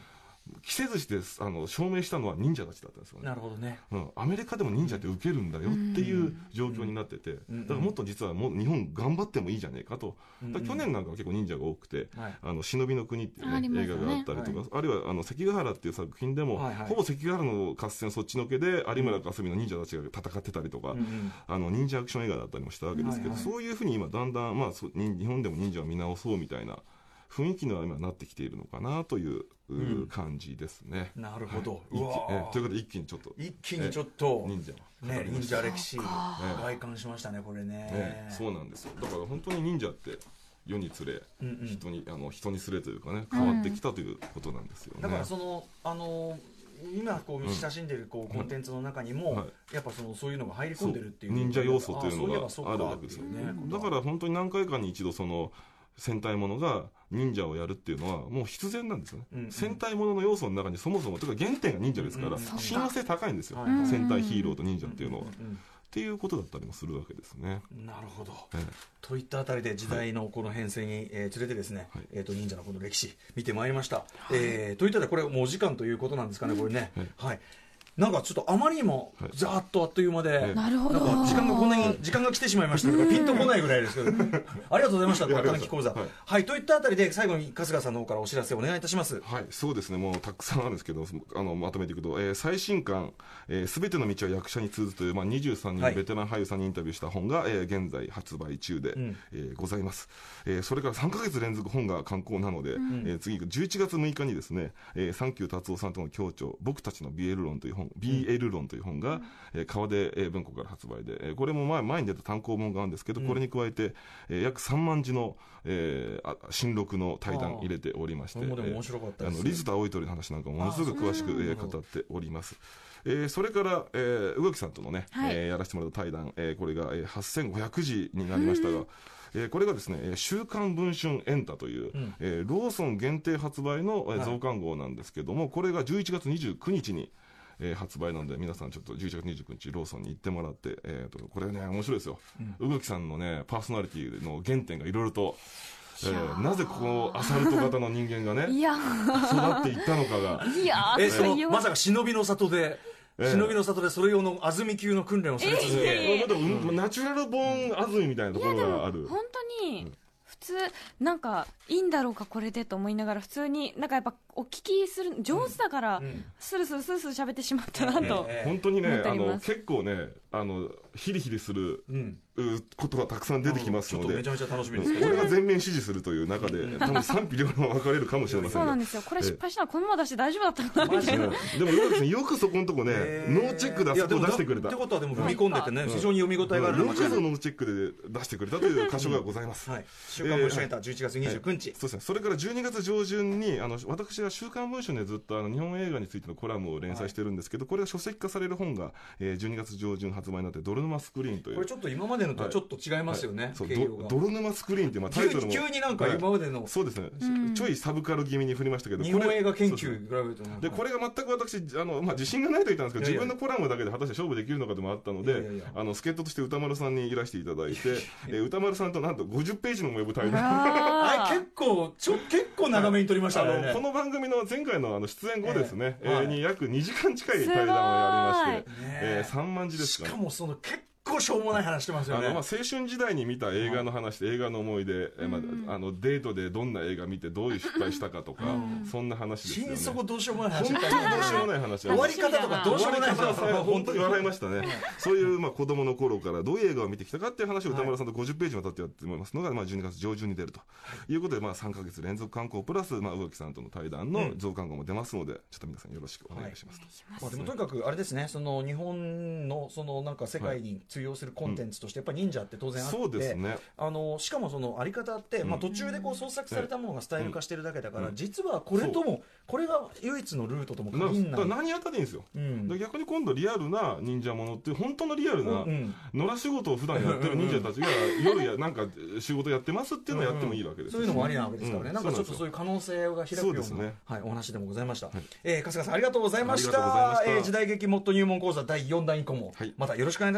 着せずして証明したのは忍者たちだったんですよね。 なるほどね、 アメリカでも忍者って受けるんだよっていう状況になってて、だからもっと実はもう日本頑張ってもいいじゃねえかと、去年なんかは結構忍者が多くて、忍びの国っていう、ね、映画があったりとか、あるいは関ヶ原っていう作品でも、ほぼ関ヶ原の合戦そっちのけで有村架純の忍者たちが戦ってたりとか、忍者アクション映画だったりもしたわけですけど、そういうふうに今だんだん、日本でも忍者を見直そうみたいな雰囲気には今なってきているのかなという感じですね。 なるほど。 ということで一気にちょっと忍者歴史外観しましたね、これね。 そうなんですよ。だから本当に忍者って世につれ、人につれというかね、変わってきたということなんですよね。 だから今こう見親しんでいるこうコンテンツの中にもやっぱそういうのが入り込んでるっていう忍者要素というのがあるわけですよね。だから本当に何回かに一度戦隊ものが忍者をやるっていうのはもう必然なんですよね。戦隊ものの要素の中にそもそもというか原点が忍者ですから、親和性高いんですよ、戦隊ヒーローと忍者っていうのは。っていうことだったりもするわけですね。 なるほど、といったあたりで時代のこの変遷に連れてですね、忍者のこの歴史見てまいりました。といったらこれもうお時間ということなんですかね、これね。なんかちょっとあまりにもざーっとあっという間で、 なるほど、 時間が来てしまいましたのでピンとこないぐらいですけどありがとうございました。短期講座、といったあたりで最後に春日さんの方からお知らせをお願いいたします。 そうですね、もうたくさんあるんですけどまとめていくと、最新刊すべての道は役者に通ずという、23人ベテラン俳優さんにインタビューした本が、現在発売中で、ございます。それから3ヶ月連続本が刊行なので、次11月6日にですね、サンキュー達夫さんとの協調僕たちの BL 論という本BL 論という本が、川出文庫から発売で、これも前に出た単行本があるんですけど、これに加えて、約3万字の、新録の対談入れておりまして、リズと青い鳥の話なんかものすごく詳しく、語っております。それから、宇垣さんとのね、やらせてもらった対談、これが、8500字になりましたが、これがですね、週刊文春エンタという、ローソン限定発売の増刊号なんですけども、これが11月29日に発売なので、皆さんちょっと11月29日ローソンに行ってもらって、これね面白いですよ。宇垣さんのねパーソナリティの原点がいろいろと、なぜこのアサルト型の人間がね育っていったのかがまさか忍びの里でそれ用の安住級の訓練をされ続けナチュラルボーン安住みたいなところがある。 本当に普通なんかいいんだろうかこれでと思いながら、普通になんかやっぱお聞きする上手だからスルスル喋ってしまったなと。 本当にね結構ねヒリヒリすることがたくさん出てきますので、 めちゃめちゃ楽しみです。 これが全面支持するという中で多分賛否両論分かれるかもしれませんが、 そうなんですよ。これ失敗したらこのまま出して大丈夫だったのかなみたいな。でもよくそこのとこねノーチェックであそこ出してくれたってことは、でも踏み込んでてね非常に読み応えがある。 よくぞノーチェックで出してくれたという箇所がございます。 週刊文春エンタ11月29日、 そうですね。それから12月上旬に私が週刊文春でずっと日本映画についてのコラムを連載してるんですけど、これが書籍化される本が12月上旬発売になって、泥沼スクリーンという、 これちょっと今までのとはちょっと違いますよね。 泥沼スクリーンってタイトルも急になんか今までのそうですね、ちょいサブカル気味に振りましたけど、 日本映画研究でこれが全く私自信がないと言ったんですけど、自分のコラムだけで果たして勝負できるのかでもあったので、助っ人として歌丸さんにいらしていただいて、歌丸さんとなんと50ページのも及ぶ対談結構長めに撮りましたね。 この番組の前回の出演後ですね、に約2時間近い対談をやりまして、3万字ですかね。 しかも結構しょうもない話してますよね。 青春時代に見た映画の話で、映画の思い出、デートでどんな映画見てどういう失敗したかとか、そんな話ですよね。 心底どうしようもない話。 本当にどうしようもない話。 終わり方とかどうしようもない話。 本当に笑いましたね。そういう子供の頃からどういう映画を見てきたかっていう話を歌丸さんと50ページにわたってやってもらいますのが、12月上旬に出るということで、3ヶ月連続刊行プラス宇垣さんとの対談の増刊号も出ますので、ちょっと皆さんよろしくお願いしますと。 でもとにかくあれですね、日本のなんか世界に通用するコンテンツとしてやっぱ忍者って当然あって、 そうですね、 しかもあり方って、途中で創作されたものがスタイル化してるだけだから、実はこれが唯一のルートとも限らない。 何やったっていいんですよ。逆に今度リアルな忍者ものって本当のリアルな野良仕事を普段やってる忍者たちが夜なんか仕事やってますっていうのをやってもいいわけです。 そういうのもありなわけですからね。なんかちょっとそういう可能性が開くようなお話でもございました。春日さんありがとうございました。時代劇もっと入門講座第4弾以降もまたよろしくお願いいたします。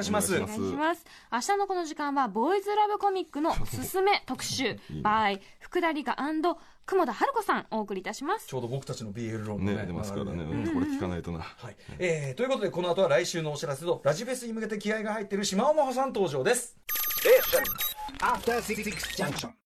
します。明日のこの時間はボーイズラブコミックのすすめ特集by 福田理香&久保田春子さんお送りいたします。 ちょうど僕たちの BL 論ね出ますからね、これ聞かないとな。 はい、ということでこの後は来週のお知らせとラジフェスに向けて気合が入っている島尾真帆さん登場です。